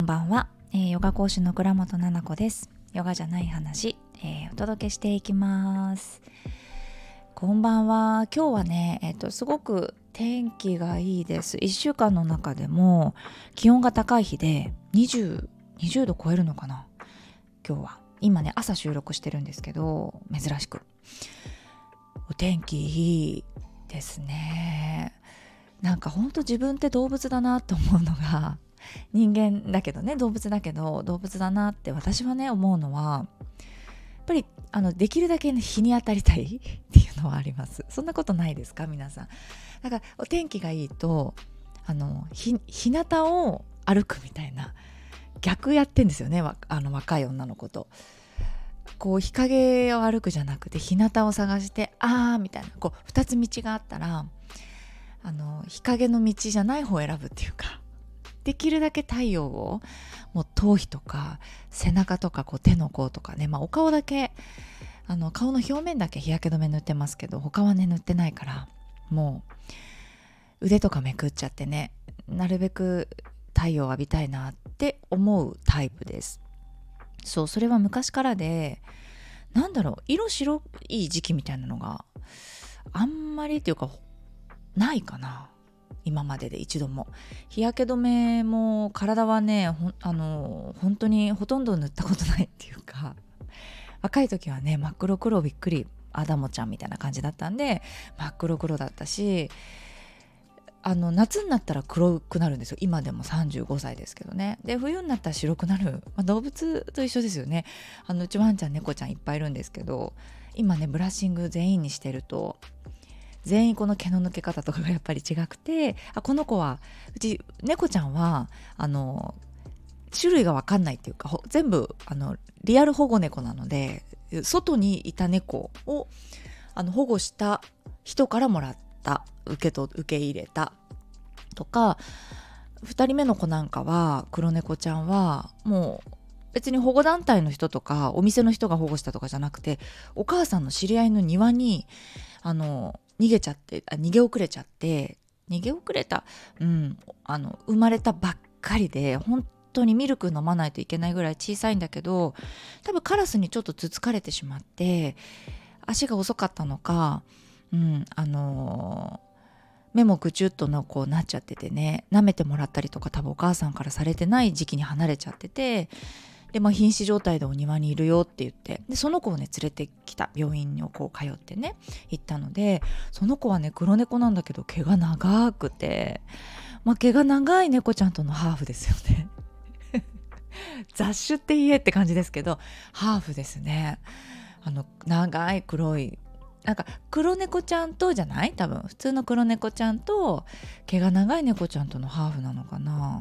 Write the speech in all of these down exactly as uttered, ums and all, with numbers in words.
ばんは、えー、ヨガ講師の倉本々子です。ヨガじゃない話、えー、お届けしていきます。こんばんは。今日はね、えーと、すごく天気がいいです。いっしゅうかんの中でも気温が高い日でにじゅう、にじゅうど超えるのかな。今日は今ね朝収録してるんですけど、珍しくお天気いいですね。なんかほんと自分って動物だなと思うのが、人間だけどね、動物だけど動物だなって私はね思うのは、やっぱりあのできるだけ、ね、日に当たりたいっていうのはあります。そんなことないですか皆さん。だからお天気がいいとあのひ日向を歩くみたいな逆やってんですよね。あの若い女の子とこう日陰を歩くじゃなくて日向を探して、あーみたいな、こうふたつ道があったらあの日陰の道じゃない方を選ぶっていうか、できるだけ太陽をもう頭皮とか背中とかこう手の甲とかね、まあ、お顔だけあの顔の表面だけ日焼け止め塗ってますけど、他はね塗ってないから、もう腕とかめくっちゃってね、なるべく太陽を浴びたいなって思うタイプです。そう、それは昔からで、なんだろう、色白い時期みたいなのがあんまりっていうかないかな。今までで一度も日焼け止めも体はね、ほあの本当にほとんど塗ったことないっていうか、若い時はね真っ黒黒びっくりアダモちゃんみたいな感じだったんで、真っ黒黒だったし、あの夏になったら黒くなるんですよ。今でもさんじゅうごさいですけどね。で冬になったら白くなる、まあ、動物と一緒ですよね。あのうちワンちゃん猫ちゃんいっぱいいるんですけど、今ねブラッシング全員にしてると全員この毛の抜け方とかがやっぱり違くて、あこの子はうち猫ちゃんはあの種類が分かんないっていうか、全部あのリアル保護猫なので、外にいた猫をあの保護した人からもらった受けと受け入れたとか、ふたりめの子なんかは黒猫ちゃんはもう別に保護団体の人とかお店の人が保護したとかじゃなくて、お母さんの知り合いの庭にあの逃げちゃってあ逃げ遅れちゃって逃げ遅れた、うん、あの生まれたばっかりで、本当にミルク飲まないといけないぐらい小さいんだけど、多分カラスにちょっとつつかれてしまって足が遅かったのか、うん、あの目もぐちゅっとのこうなっちゃっててね、舐めてもらったりとか多分お母さんからされてない時期に離れちゃってて、で、まあ、瀕死状態でお庭にいるよって言って、でその子をね連れてきた病院にこう通ってね行ったので、その子はね黒猫なんだけど毛が長くて、まあ、毛が長い猫ちゃんとのハーフですよね雑種って言えって感じですけど、ハーフですね。あの長い黒い、なんか黒猫ちゃんとじゃない、多分普通の黒猫ちゃんと毛が長い猫ちゃんとのハーフなのかな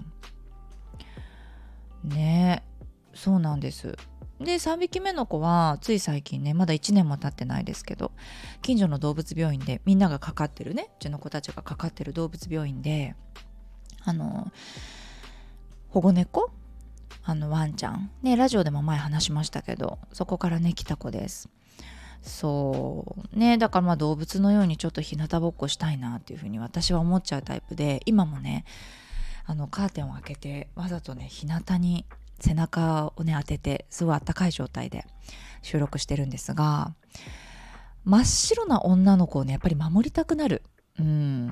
ね。そうなんです。でさんびきめの子はつい最近ね、まだいちねんも経ってないですけど、近所の動物病院でみんながかかってるね、うちの子たちがかかってる動物病院で、あの保護猫、あのワンちゃんね、ラジオでも前話しましたけど、そこからね来た子です。そうね、だからまあ動物のようにちょっと日向ぼっこしたいなっていうふうに私は思っちゃうタイプで、今もねあのカーテンを開けてわざとね日向に背中をね当てて、すごい暖かい状態で収録してるんですが、真っ白な女の子をねやっぱり守りたくなる。うん。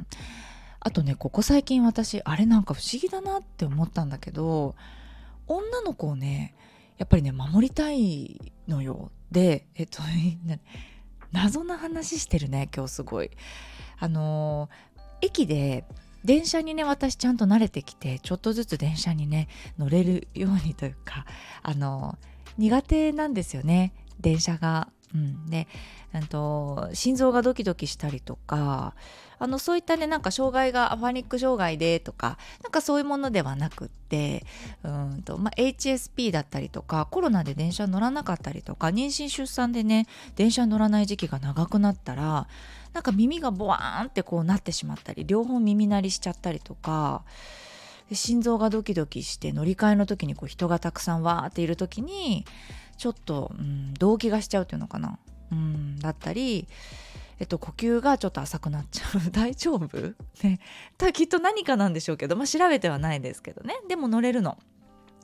あとねここ最近私あれなんか不思議だなって思ったんだけど、女の子をねやっぱりね守りたいのよ。でえっと謎な話してるね今日すごい。あのー、駅で電車にね私ちゃんと慣れてきて、ちょっとずつ電車にね乗れるようにというか、あの苦手なんですよね電車が。うん、で、うんと、心臓がドキドキしたりとか、あのそういったねなんか障害がパニック障害でとか、なんかそういうものではなくって、うんと、まあ、エイチエスピー だったりとか、コロナで電車乗らなかったりとか、妊娠出産でね電車乗らない時期が長くなったら、なんか耳がボワーンってこうなってしまったり、両方耳鳴りしちゃったりとか、で心臓がドキドキして乗り換えの時にこう人がたくさんわーっている時にちょっと、うん、動悸がしちゃうっていうのかな、うん、だったり、えっと、呼吸がちょっと浅くなっちゃう大丈夫ね、たきっと何かなんでしょうけど、まあ、調べてはないですけどね。でも乗れるの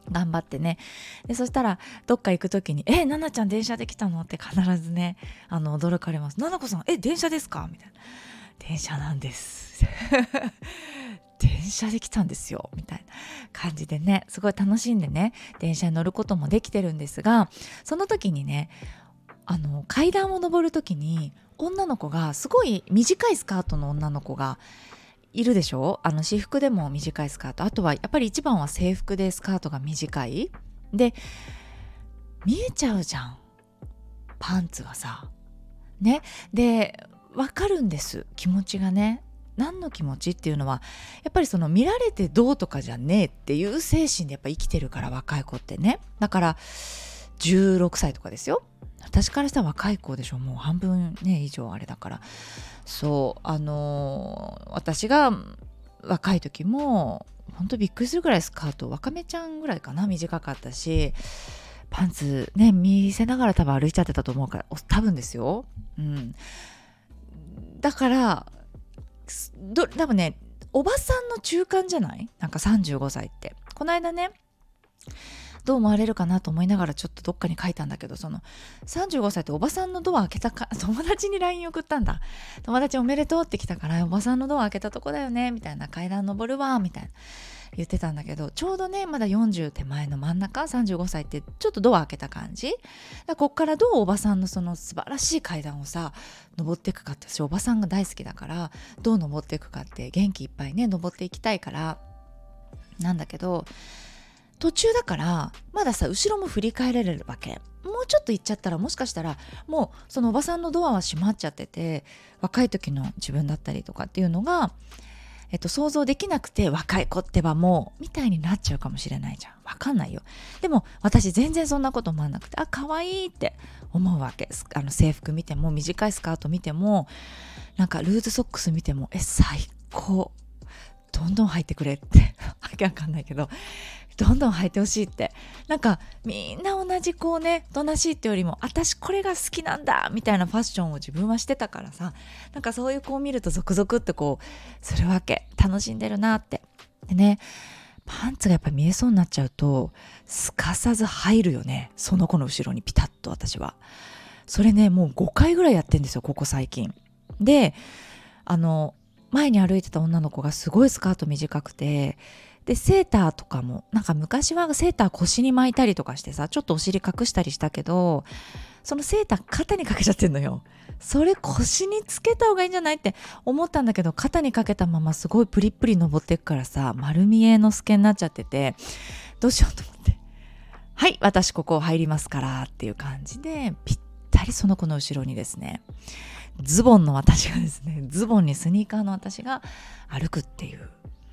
頑張ってね。でそしたらどっか行く時に「えななちゃん電車で来たの?」って必ずねあの驚かれます。ななこさんえ電車ですかみたいな。電車なんです電車で来たんですよみたいな感じでねすごい楽しんでね電車に乗ることもできてるんですが、その時にねあの階段を上る時に女の子がすごい短いスカートの女の子がいるでしょ。あの私服でも短いスカート、あとはやっぱり一番は制服でスカートが短いで見えちゃうじゃんパンツがさね。でわかるんです気持ちがね。何の気持ちっていうのはやっぱりその見られてどうとかじゃねえっていう精神でやっぱ生きてるから若い子ってね。だからじゅうろくさいとかですよ。私からしたら若い子でしょ。もう半分ね以上あれだから。そうあのー、私が若い時も本当びっくりするぐらいスカートわかめちゃんぐらいかな短かったし、パンツね見せながら多分歩いちゃってたと思うから多分ですよ。うんだからど多分ねおばさんの中間じゃない？なんかさんじゅうごさいってこの間ねどう思われるかなと思いながらちょっとどっかに書いたんだけど、そのさんじゅうごさいっておばさんのドア開けたか友達に ライン 送ったんだ。友達おめでとうって来たからおばさんのドア開けたとこだよねみたいな、階段登るわみたいな言ってたんだけど、ちょうどねまだよんじゅう手前の真ん中さんじゅうごさいってちょっとドア開けた感じだ。こっからどうおばさんのその素晴らしい階段をさ登っていくかって、私おばさんが大好きだからどう登っていくかって元気いっぱいね登っていきたいからなんだけど、途中だからまださ後ろも振り返られるわけ。もうちょっと行っちゃったらもしかしたらもうそのおばさんのドアは閉まっちゃってて若い時の自分だったりとかっていうのが、えっと、想像できなくて若い子ってばもうみたいになっちゃうかもしれないじゃん。わかんないよ。でも私全然そんなこと思わなくて、あ可愛いって思うわけ。あの制服見ても短いスカート見てもなんかルーズソックス見てもえ最高どんどん履いてくれってわけわかんないけどどんどん履いてほしいって、なんかみんな同じこうねおとなしいってよりも私これが好きなんだみたいなファッションを自分はしてたからさ、なんかそういう子を見るとゾクゾクってこうするわけ。楽しんでるなって。でねパンツがやっぱり見えそうになっちゃうとすかさず入るよね、その子の後ろにピタッと。私はそれねもうごかいぐらいやってんですよここ最近で。あの前に歩いてた女の子がすごいスカート短くて、でセーターとかもなんか昔はセーター腰に巻いたりとかしてさちょっとお尻隠したりしたけど、そのセーター肩にかけちゃってんのよ。それ腰につけた方がいいんじゃないって思ったんだけど、肩にかけたまますごいプリップリ登っていくからさ丸見えの透けになっちゃっててどうしようと思って、はい私ここ入りますからっていう感じでぴったりその子の後ろにですねズボンの私がですねズボンにスニーカーの私が歩くっていう、うん、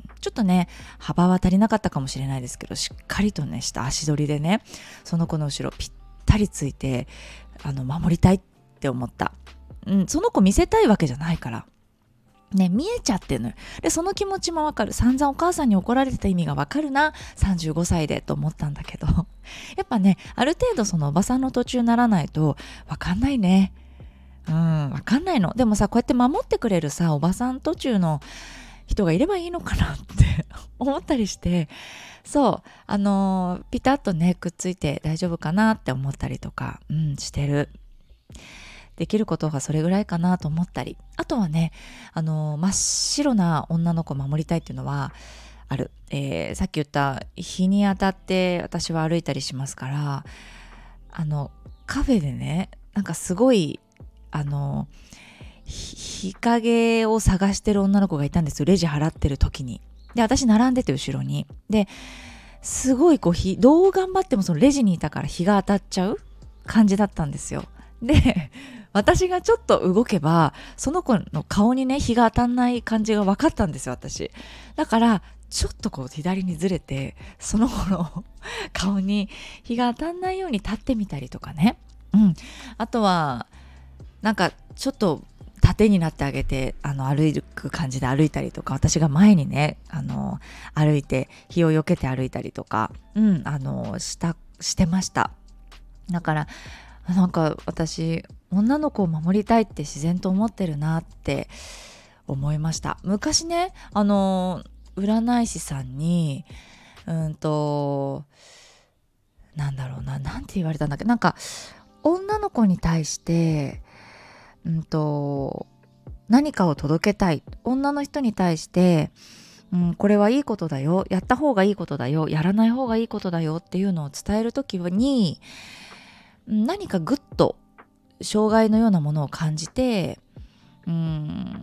ちょっとね幅は足りなかったかもしれないですけどしっかりとねした足取りでねその子の後ろぴったりついてあの守りたいって思った、うん、その子見せたいわけじゃないからね見えちゃってるのよ。でその気持ちもわかる。散々お母さんに怒られてた意味がわかるなさんじゅうごさいでと思ったんだけどやっぱねある程度そのおばさんの途中にならないとわかんないね。うん、わかんないの。でもさこうやって守ってくれるさおばさん途中の人がいればいいのかなって思ったりして、そうあのー、ピタッとねくっついて大丈夫かなって思ったりとか、うん、してる。できることがそれぐらいかなと思ったり、あとはねあのー、真っ白な女の子を守りたいっていうのはある、えー、さっき言った日に当たって私は歩いたりしますから、あのカフェでねなんかすごいあの日陰を探してる女の子がいたんですよ、レジ払ってる時に。で私並んでて後ろにですごいこう日どう頑張ってもそのレジにいたから日が当たっちゃう感じだったんですよ。で私がちょっと動けばその子の顔にね日が当たんない感じが分かったんですよ私。だからちょっとこう左にずれてその子の顔に日が当たんないように立ってみたりとかね、うん、あとはなんかちょっと縦になってあげてあの歩く感じで歩いたりとか、私が前にねあの歩いて日をよけて歩いたりとか、うん、あのしたしてました。だからなんか私女の子を守りたいって自然と思ってるなって思いました。昔ねあの占い師さんにうんとなんだろうな、なんて言われたんだっけ、なんか女の子に対してうんと何かを届けたい、女の人に対して、うん、これはいいことだよ、やった方がいいことだよ、やらない方がいいことだよっていうのを伝えるときに、何かぐっと障害のようなものを感じて、うん、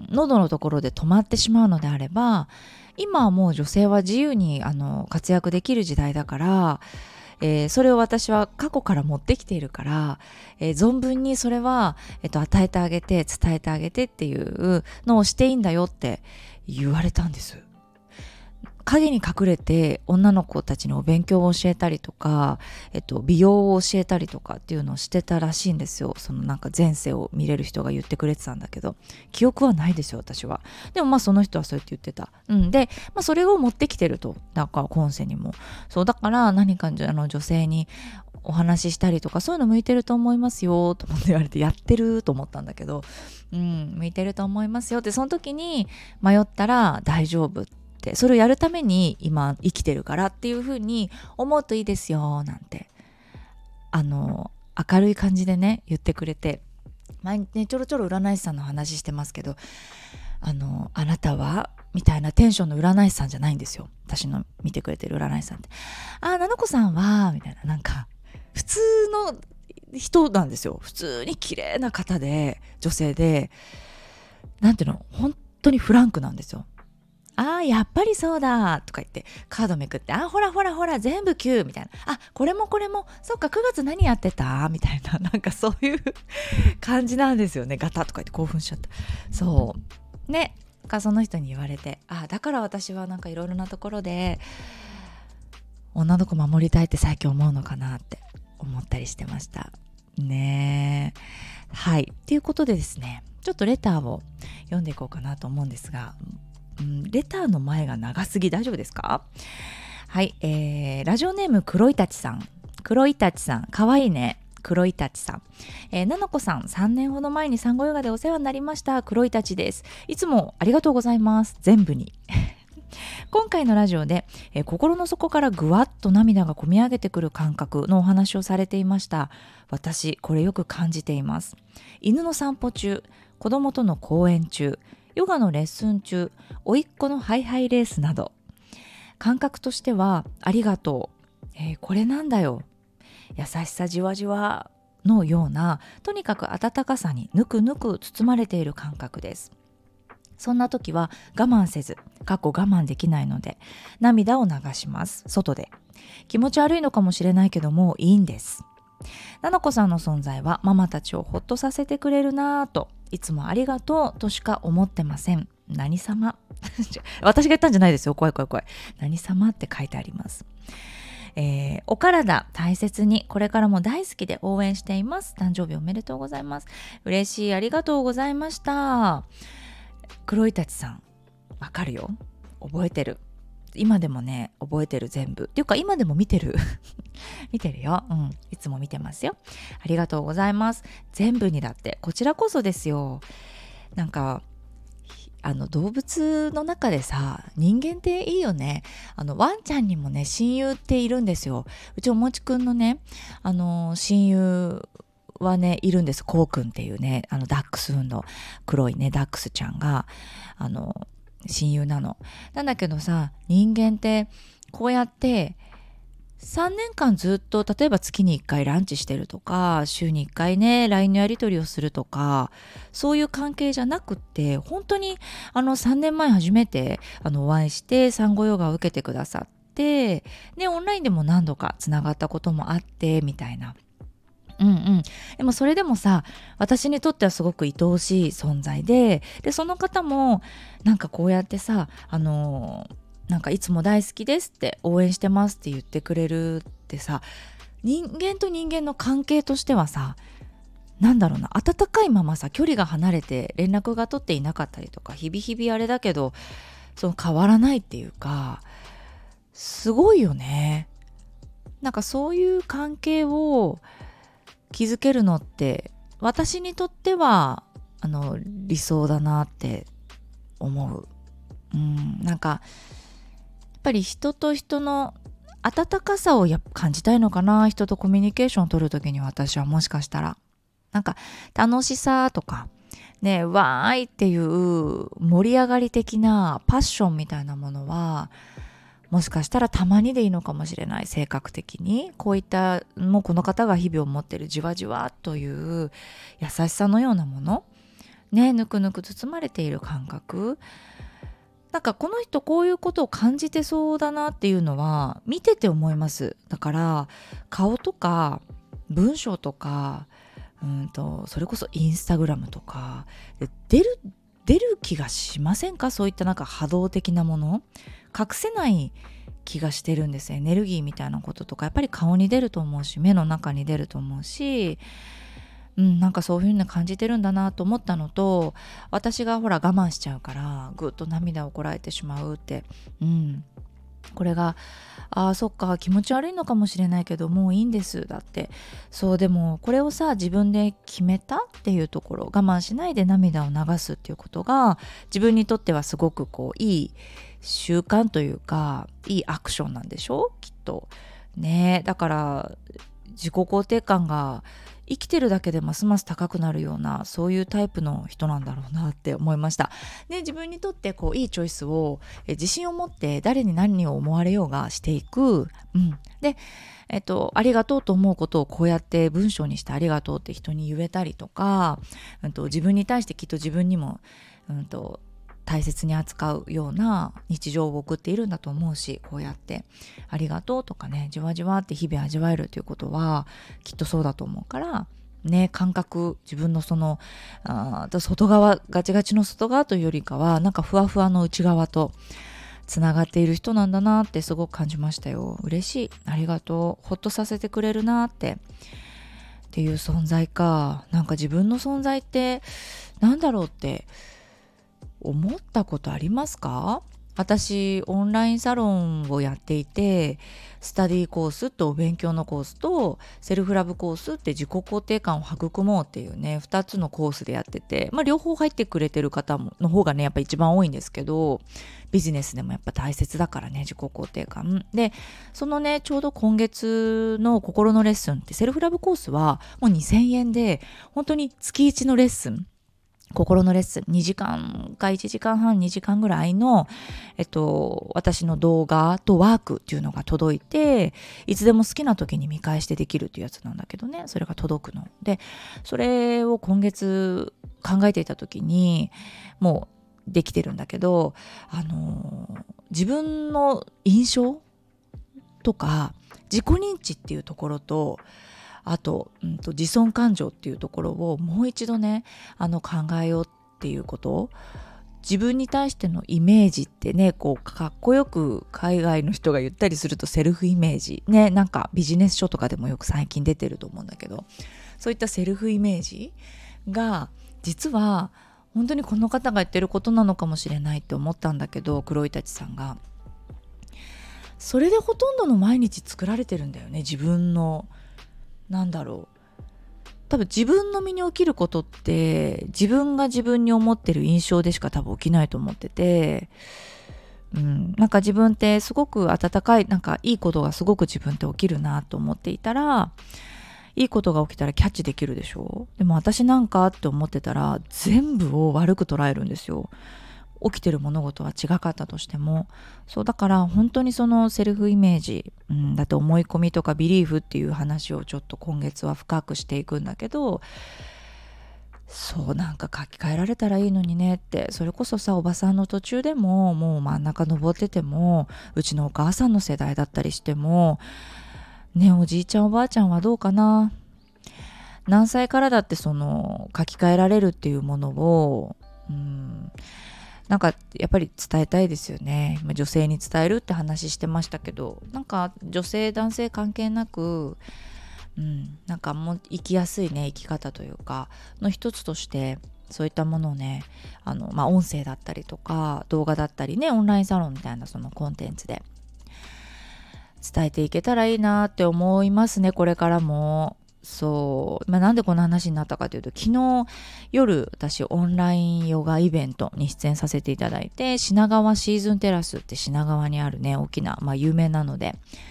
喉のところで止まってしまうのであれば、今はもう女性は自由にあの活躍できる時代だから、えーそれを私は過去から持ってきているから、えー存分にそれは、えっと、与えてあげて伝えてあげてっていうのをしていいんだよって言われたんです。影に隠れて女の子たちにお勉強を教えたりとか、えっと、美容を教えたりとかっていうのをしてたらしいんですよ。そのなんか前世を見れる人が言ってくれてたんだけど、記憶はないですよ私は。でもまあその人はそうやって言ってた。うんで、まあ、それを持ってきてると。だから今世にもそうだから、何かあの女性にお話ししたりとかそういうの向いてると思いますよと思って言われて、やってると思ったんだけど、うん向いてると思いますよって、その時に迷ったら大丈夫って、それをやるために今生きてるからっていう風に思うといいですよなんて、あの明るい感じでね言ってくれて、毎日ねちょろちょろ占い師さんの話してますけど、あのあなたはみたいなテンションの占い師さんじゃないんですよ、私の見てくれてる占い師さんって。あー、ななこさんはみたいな、なんか普通の人なんですよ。普通に綺麗な方で、女性で、なんていうの、本当にフランクなんですよ。あーやっぱりそうだとか言ってカードめくって、あほらほらほら全部きゅうみたいな、あこれもこれもそっかくがつ何やってたみたいな、なんかそういう感じなんですよね。ガタとか言って興奮しちゃった。そうね、かその人に言われて、あだから私はなんかいろいろなところで女の子守りたいって最近思うのかなって思ったりしてましたね。はいということでですね、ちょっとレターを読んでいこうかなと思うんですが、うん、レターの前が長すぎ大丈夫ですか？はい、えー、ラジオネーム黒いたちさん。黒いたちさんかわいいね。黒いたちさん、えー、ななこさん、さんねんほど前に産後ヨガでお世話になりました黒いたちです。いつもありがとうございます。全部に今回のラジオで、えー心の底からぐわっと涙がこみ上げてくる感覚のお話をされていました。私これよく感じています。犬の散歩中、子供との公園中、ヨガのレッスン中、甥っ子のハイハイレースなど、感覚としてはありがとう、えーこれなんだよ、優しさじわじわのような、とにかく温かさにぬくぬく包まれている感覚です。そんな時は我慢せず、過去我慢できないので涙を流します。外で。気持ち悪いのかもしれないけどもういいんです。ななこさんの存在はママたちをほっとさせてくれるなぁと、いつもありがとうとしか思ってません。何様私が言ったんじゃないですよ。怖い怖い怖い。何様って書いてあります。えーお体大切に、これからも大好きで応援しています。誕生日おめでとうございます。嬉しい、ありがとうございました。黒いたちさん、わかるよ、覚えてる。今でもね覚えてる、全部っていうか今でも見てる見てるよ、うん、いつも見てますよ。ありがとうございます。全部にだって、こちらこそですよ。なんかあの動物の中でさ、人間っていいよね。あのワンちゃんにもね親友っているんですよ。うちおもちくんのね、あの親友はねいるんです。こうくんっていうね、あのダックスフンド、黒いねダックスちゃんがあの親友なの。なんだけどさ、人間ってこうやってさんねんかんずっと、例えば月にいっかいランチしてるとか、週にいっかいね ライン のやり取りをするとか、そういう関係じゃなくって、本当にあのさんねんまえ初めてあのお会いして産後ヨガを受けてくださって、でオンラインでも何度かつながったこともあってみたいな。うんうん、でもそれでもさ、私にとってはすごく愛おしい存在で、でその方もなんかこうやってさ、あのーなんかいつも大好きですって応援してますって言ってくれるってさ、人間と人間の関係としてはさ、なんだろうな、温かいままさ、距離が離れて連絡が取っていなかったりとか、日々日々あれだけどその変わらないっていうか、すごいよね。なんかそういう関係を築けるのって私にとってはあの理想だなって思う。うん、なんかやっぱり人と人の温かさをやっぱ感じたいのかな、人とコミュニケーションを取るときに。私はもしかしたらなんか楽しさとかね、わーいっていう盛り上がり的なパッションみたいなものはもしかしたらたまにでいいのかもしれない。性格的にこういったもうこの方が日々を持ってるじわじわという優しさのようなものね、ぬくぬく包まれている感覚、なんかこの人こういうことを感じてそうだなっていうのは見てて思います。だから顔とか文章とかうんとそれこそインスタグラムとかで出る出る気がしませんか？そういったなんか波動的なもの隠せない気がしてるんです。エネルギーみたいなこととかやっぱり顔に出ると思うし、目の中に出ると思うし、うん、なんかそういう風に感じてるんだなと思ったのと、私がほら我慢しちゃうからぐっと涙をこらえてしまうって、うん、これがあーそっか気持ち悪いのかもしれないけどもういいんですだって。そうでもこれをさ自分で決めたっていうところ、我慢しないで涙を流すっていうことが自分にとってはすごくこういい習慣というかいいアクションなんでしょきっとね。だから自己肯定感が生きてるだけでますます高くなるようなそういうタイプの人なんだろうなって思いました。で自分にとってこういいチョイスをえ自信を持って誰に何を思われようがしていく、うん、で、えっと、ありがとうと思うことをこうやって文章にしてありがとうって人に言えたりとか、うん、と自分に対してきっと自分にも、うんと大切に扱うような日常を送っているんだと思うし、こうやってありがとうとかねじわじわって日々味わえるということはきっとそうだと思うからね。感覚自分のそのあ外側ガチガチの外側というよりかはなんかふわふわの内側とつながっている人なんだなってすごく感じましたよ。嬉しい、ありがとう、ほっとさせてくれるなってっていう存在か。なんか自分の存在ってなんだろうって思ったことありますか？私オンラインサロンをやっていて、スタディコースとお勉強のコースとセルフラブコースって自己肯定感を育もうっていうねふたつのコースでやってて、まあ両方入ってくれてる方もの方がねやっぱ一番多いんですけど、ビジネスでもやっぱ大切だからね自己肯定感で、そのねちょうど今月の心のレッスンってセルフラブコースはもうにせんえんで本当に月いちのレッスン、心のレッスンにじかんかいちじかんはんにじかんぐらいの、えっと、私の動画とワークっていうのが届いて、いつでも好きな時に見返してできるっていうやつなんだけどね、それが届くので、それを今月考えていた時にもうできてるんだけど、あの自分の印象とか自己認知っていうところとあと、うん、と自尊感情っていうところをもう一度ねあの考えようっていうこと、自分に対してのイメージってねこうかっこよく海外の人が言ったりするとセルフイメージね、なんかビジネス書とかでもよく最近出てると思うんだけど、そういったセルフイメージが実は本当にこの方が言ってることなのかもしれないって思ったんだけど、黒いたちさんがそれでほとんどの毎日作られてるんだよね。自分のなんだろう、多分自分の身に起きることって自分が自分に思ってる印象でしか多分起きないと思ってて、うん、なんか自分ってすごく温かい、なんかいいことがすごく自分って起きるなと思っていたら、いいことが起きたらキャッチできるでしょ。でも私なんかって思ってたら全部を悪く捉えるんですよ。起きてる物事は違かったとしても。そうだから本当にそのセルフイメージ、うん、だって思い込みとかビリーフっていう話をちょっと今月は深くしていくんだけど、そうなんか書き換えられたらいいのにねって。それこそさおばさんの途中でももう真ん中登っててもうちのお母さんの世代だったりしてもね、おじいちゃんおばあちゃんはどうかな、何歳からだってその書き換えられるっていうものを、うんなんかやっぱり伝えたいですよね。女性に伝えるって話してましたけど、なんか女性男性関係なく、うん、なんかもう生きやすいね生き方というかの一つとしてそういったものをね、あのまあ音声だったりとか動画だったりね、オンラインサロンみたいなそのコンテンツで伝えていけたらいいなって思いますね、これからも。そう、まあ、なんでこの話になったかというと、昨日夜私オンラインヨガイベントに出演させていただいて、品川シーズンテラスって品川にあるね大きな、まあ有名なので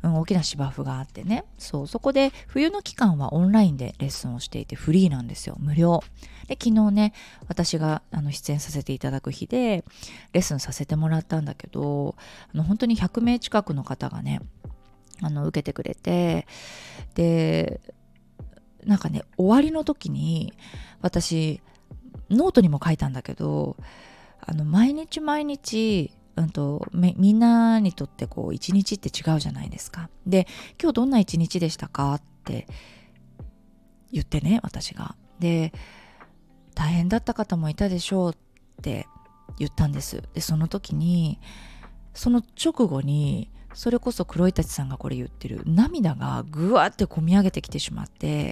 うん、大きな芝生があってね、そうそこで冬の期間はオンラインでレッスンをしていてフリーなんですよ、無料で。昨日ね私があの出演させていただく日でレッスンさせてもらったんだけど、あの本当にひゃくめい近くの方がねあの受けてくれて、でなんかね終わりの時に私ノートにも書いたんだけど、あの毎日毎日うんとみんなにとってこう一日って違うじゃないですか。で今日どんな一日でしたかって言ってね、私がで大変だった方もいたでしょうって言ったんです。でその時にその直後にそれこそ黒いたちさんがこれ言ってる涙がぐわってこみ上げてきてしまって、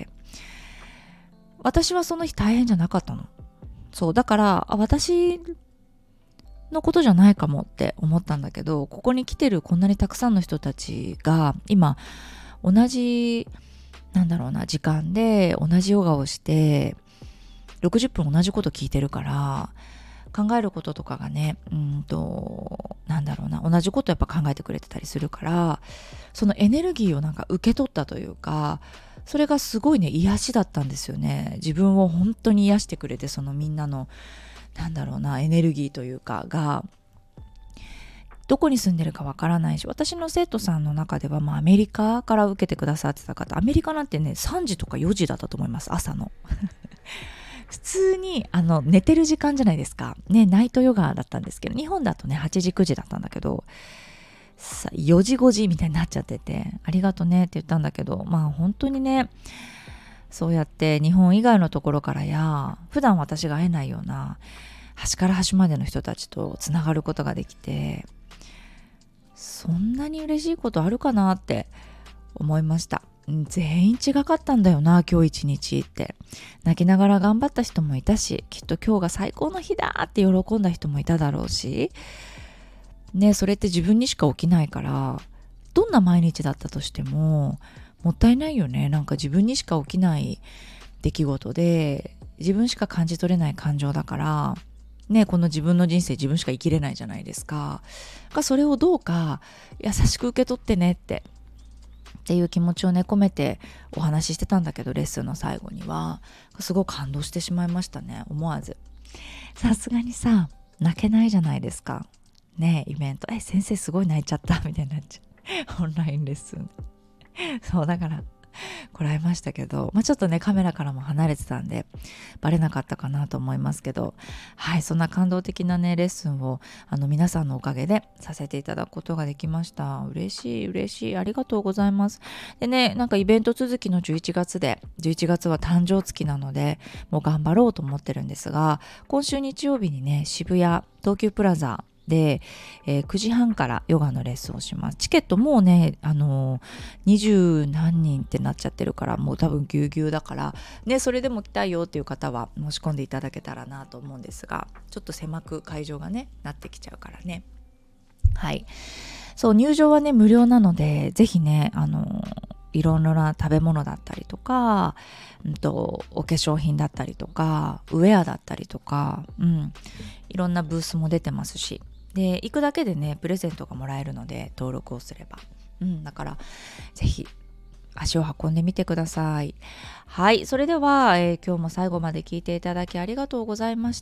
私はその日大変じゃなかったの。そうだからあ私のことじゃないかもって思ったんだけど、ここに来てるこんなにたくさんの人たちが今同じなんだろうな時間で同じヨガをしてろくじゅっぷん同じこと聞いてるから、考えることとかがねうんとなんだろうな同じことやっぱ考えてくれてたりするから、そのエネルギーをなんか受け取ったというか、それがすごいね癒しだったんですよね。自分を本当に癒してくれて、そのみんなのなんだろうなエネルギーというかがどこに住んでるかわからないし、私の生徒さんの中では、まあ、アメリカから受けてくださってた方、アメリカなんてねさんじとかよじだったと思います、朝の普通にあの寝てる時間じゃないですかね。ナイトヨガだったんですけど、日本だとねはちじくじだったんだけど、さよじごじみたいになっちゃってて、ありがとねって言ったんだけど、まあ本当にねそうやって日本以外のところからや普段私が会えないような端から端までの人たちとつながることができて、そんなに嬉しいことあるかなって思いました。全員違かったんだよな今日一日って。泣きながら頑張った人もいたし、きっと今日が最高の日だって喜んだ人もいただろうしね。それって自分にしか起きないから、どんな毎日だったとしてももったいないよね。なんか自分にしか起きない出来事で自分しか感じ取れない感情だからね、この自分の人生自分しか生きれないじゃないですか。それをどうか優しく受け取ってねってっていう気持ちをね込めてお話ししてたんだけど、レッスンの最後にはすごく感動してしまいましたね。思わずさすがにさ泣けないじゃないですかね。イベントえ先生すごい泣いちゃったみたいになっちゃうオンラインレッスンそうだからこらえましたけど、まあ、ちょっとねカメラからも離れてたんでバレなかったかなと思いますけど、はい、そんな感動的なねレッスンをあの皆さんのおかげでさせていただくことができました。嬉しい嬉しい、ありがとうございます。でね、なんかイベント続きのじゅういちがつで、じゅういちがつは誕生月なのでもう頑張ろうと思ってるんですが、今週日曜日にね渋谷東急プラザで、えー、くじはんからヨガのレッスンをします。チケットもうねあの二十何人ってなっちゃってるから、もう多分ぎゅうぎゅうだからね、それでも来たいよっていう方は申し込んでいただけたらなと思うんですが、ちょっと狭く会場がねなってきちゃうからね。はい、そう入場はね無料なので、ぜひねあのいろいろな食べ物だったりとか、うんと、お化粧品だったりとかウェアだったりとか、うん、いろんなブースも出てますし、で行くだけでねプレゼントがもらえるので登録をすれば、うん、だからぜひ足を運んでみてください。はい、それでは、えー、今日も最後まで聞いていただきありがとうございました。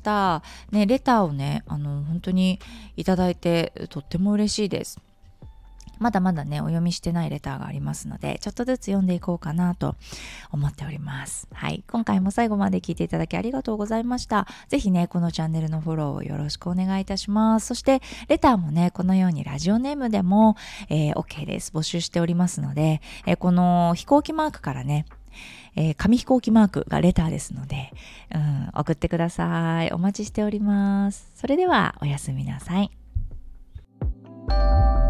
ね、レターをねあの本当にいただいてとっても嬉しいです。まだまだねお読みしてないレターがありますので、ちょっとずつ読んでいこうかなと思っております。はい、今回も最後まで聞いていただきありがとうございました。ぜひねこのチャンネルのフォローをよろしくお願いいたします。そしてレターもねこのようにラジオネームでも、えー、OK です。募集しておりますので、えー、この飛行機マークからねえー、紙飛行機マークがレターですので、うん、送ってください。お待ちしております。それではおやすみなさい。